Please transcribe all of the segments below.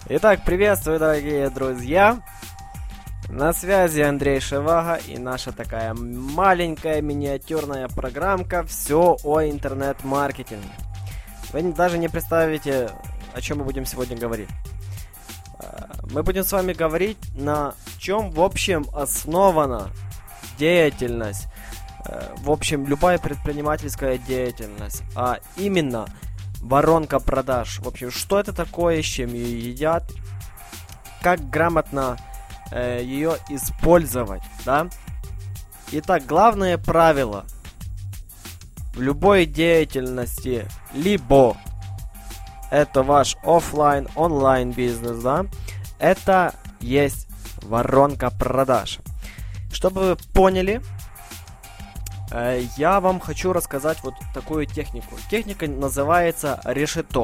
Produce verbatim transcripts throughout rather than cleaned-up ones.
Итак, приветствую, дорогие друзья! На связи Андрей Шевага и наша такая маленькая миниатюрная программка «Все о интернет-маркетинге». Вы даже не представите, о чем мы будем сегодня говорить. Мы будем с вами говорить, на чем в общем основана деятельность, в общем любая предпринимательская деятельность, а именно воронка продаж. В общем, что это такое, с чем ее едят, как грамотно э, ее использовать, да? Итак, главное правило в любой деятельности, либо это ваш офлайн, онлайн бизнес, да, это есть воронка продаж. Чтобы вы поняли, э, я вам хочу рассказать вот такую технику. Техника называется решето.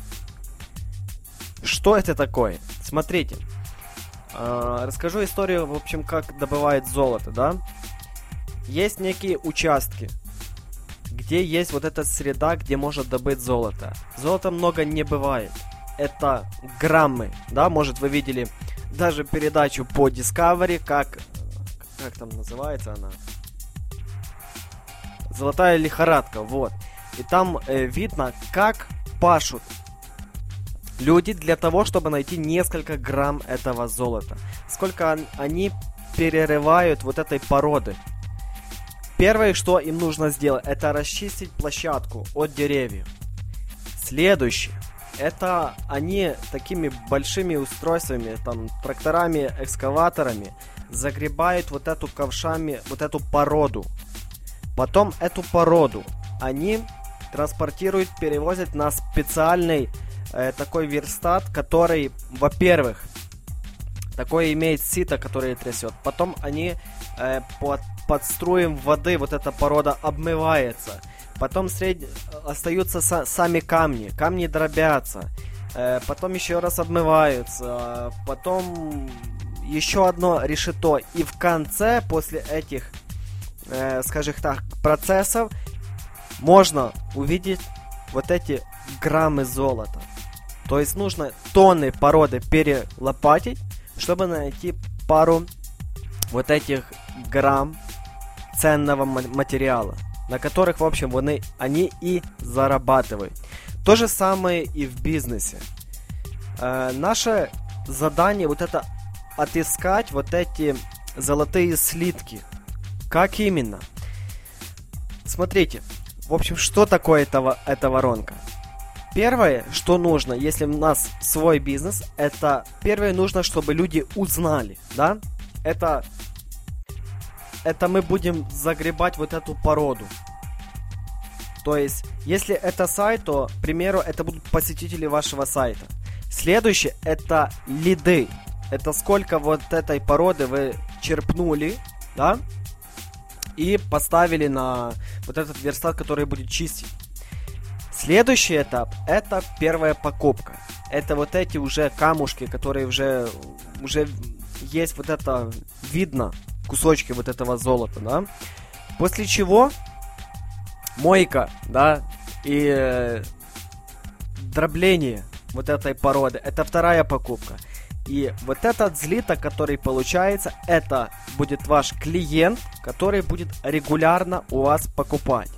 Что это такое? Смотрите, э, расскажу историю, в общем, как добывает золото, да. Есть некие участки, где есть вот эта среда, где можно добыть золото. Золота много не бывает. Это граммы, да, может вы видели даже передачу по Discovery, как, как там называется она? Золотая лихорадка, вот. И там э, видно, как пашут люди для того, чтобы найти несколько грамм этого золота. Сколько они перерывают вот этой породы. Первое, что им нужно сделать, это расчистить площадку от деревьев. Следующее, это они такими большими устройствами, там, тракторами, экскаваторами загребают вот эту ковшами, вот эту породу. Потом эту породу они транспортируют, перевозят на специальный э, такой верстат, который, во-первых, такой имеет сито, которое трясет. Потом они э, под, под струем воды вот эта порода обмывается. Потом сред... остаются са- сами камни. Камни дробятся. Э, потом еще раз обмываются. Потом еще одно решето. И в конце, после этих, э, скажем так, процессов, можно увидеть вот эти граммы золота. То есть нужно тонны породы перелопатить, чтобы найти пару вот этих грамм ценного материала, на которых, в общем, они, они и зарабатывают. То же самое и в бизнесе. Э, наше задание вот это отыскать вот эти золотые слитки. Как именно? Смотрите, в общем, что такое эта, эта воронка? Первое, что нужно, если у нас свой бизнес, это первое нужно, чтобы люди узнали, да? Это, это мы будем загребать вот эту породу. То есть, если это сайт, то, к примеру, это будут посетители вашего сайта. Следующее, это лиды. Это сколько вот этой породы вы черпнули, да? И поставили на вот этот верстат, который будет чистить. Следующий этап – это первая покупка. Это вот эти уже камушки, которые уже, уже есть вот это, видно, кусочки вот этого золота, да. После чего мойка, да, и э, дробление вот этой породы – это вторая покупка. И вот этот слиток, который получается, это будет ваш клиент, который будет регулярно у вас покупать.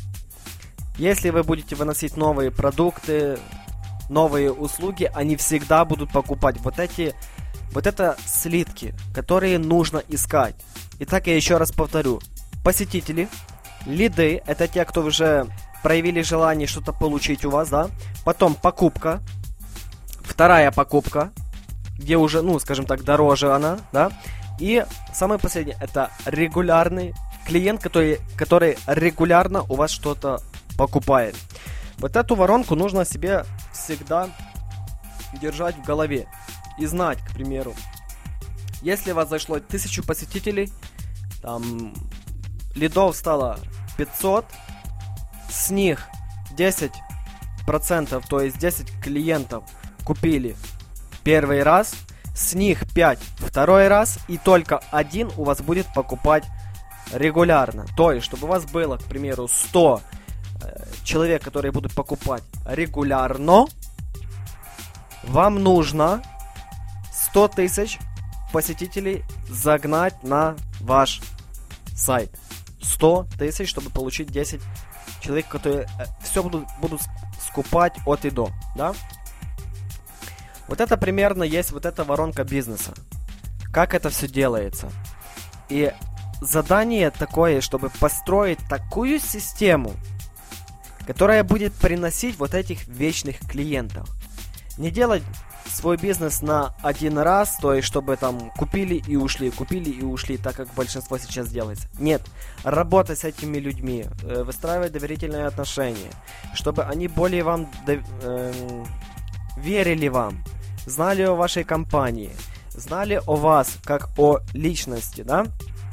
Если вы будете выносить новые продукты, новые услуги, они всегда будут покупать вот эти, вот это слитки, которые нужно искать. Итак, я еще раз повторю. Посетители, лиды, это те, кто уже проявили желание что-то получить у вас, да. Потом покупка, вторая покупка, где уже, ну, скажем так, дороже она, да. И самое последнее, это регулярный клиент, который, который регулярно у вас что-то покупает. Вот эту воронку нужно себе всегда держать в голове и знать, к примеру, если у вас зашло тысячу посетителей, там лидов стало пятьсот, с них десять процентов, то есть десять клиентов купили первый раз, с них пять второй раз, и только один у вас будет покупать регулярно. То есть, чтобы у вас было, к примеру, сто человек, которые будут покупать регулярно, вам нужно сто тысяч посетителей загнать на ваш сайт. сто тысяч, чтобы получить десять человек, которые все будут, будут скупать от и до, да? Вот это примерно есть вот эта воронка бизнеса. Как это все делается. И задание такое, чтобы построить такую систему, которая будет приносить вот этих вечных клиентов. Не делать свой бизнес на один раз, то есть чтобы там купили и ушли, купили и ушли, так как большинство сейчас делается. Нет, работать с этими людьми, выстраивать доверительные отношения, чтобы они более вам дов... э... верили вам, знали о вашей компании, знали о вас как о личности, да?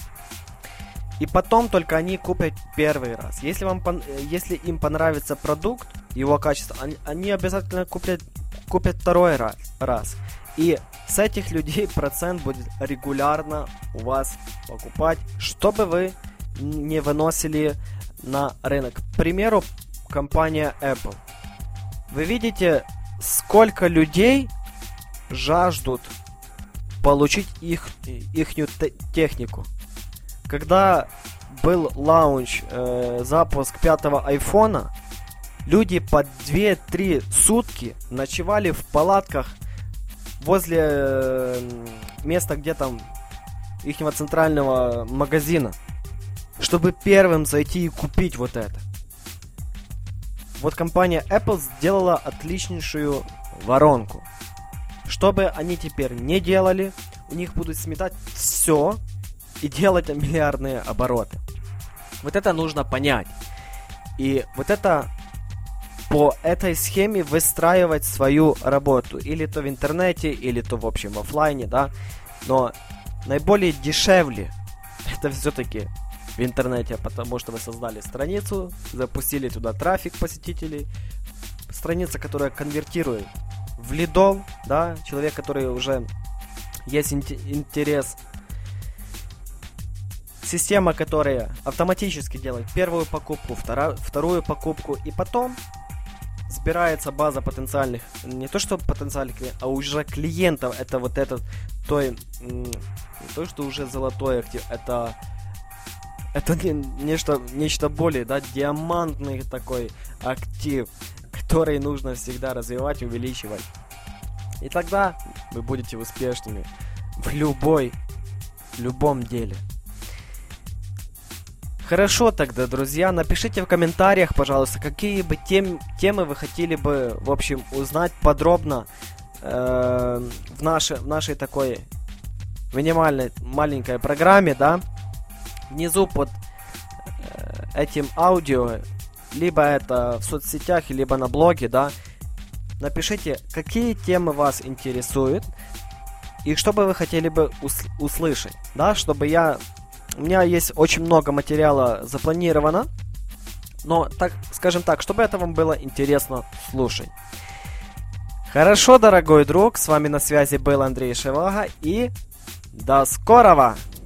И потом только они купят первый раз. Если, вам, если им понравится продукт, его качество, они, они обязательно купят, купят второй раз, раз. И с этих людей процент будет регулярно у вас покупать, чтобы вы не выносили на рынок. К примеру, компания Apple. Вы видите, сколько людей жаждут получить их, ихнюю те- технику. Когда был лаунч, э, запуск пятого айфона, люди по две-три сутки ночевали в палатках возле э, места, где там ихнего центрального магазина, чтобы первым зайти и купить вот это. Вот компания Apple сделала отличнейшую воронку. Что бы они теперь не делали, у них будут сметать все и делать миллиардные обороты. Вот это нужно понять. И вот это по этой схеме выстраивать свою работу. Или то в интернете, или то в общем в офлайне, да. Но наиболее дешевле это все-таки в интернете, потому что вы создали страницу, запустили туда трафик посетителей. Страница, которая конвертирует в лидов, да, человек, который уже есть интерес. Система, которая автоматически делает первую покупку, вторую, вторую покупку, и потом собирается база потенциальных, не то что потенциальных клиентов, а уже клиентов. Это вот этот, той, не то что уже золотой актив, это, это не, нечто, нечто более, да, диамантный такой актив, который нужно всегда развивать, увеличивать. И тогда вы будете успешными в любой, в любом деле. Хорошо тогда, друзья, напишите в комментариях, пожалуйста, какие бы тем, темы вы хотели бы, в общем, узнать подробно э, в, нашей, в нашей такой минимальной маленькой программе, да. Внизу под э, этим аудио, либо это в соцсетях, либо на блоге, да, напишите, какие темы вас интересуют и что бы вы хотели бы ус- услышать, да, чтобы я... У меня есть очень много материала запланировано, но, так, скажем так, чтобы это вам было интересно слушать. Хорошо, дорогой друг, с вами на связи был Андрей Шевага, и до скорого!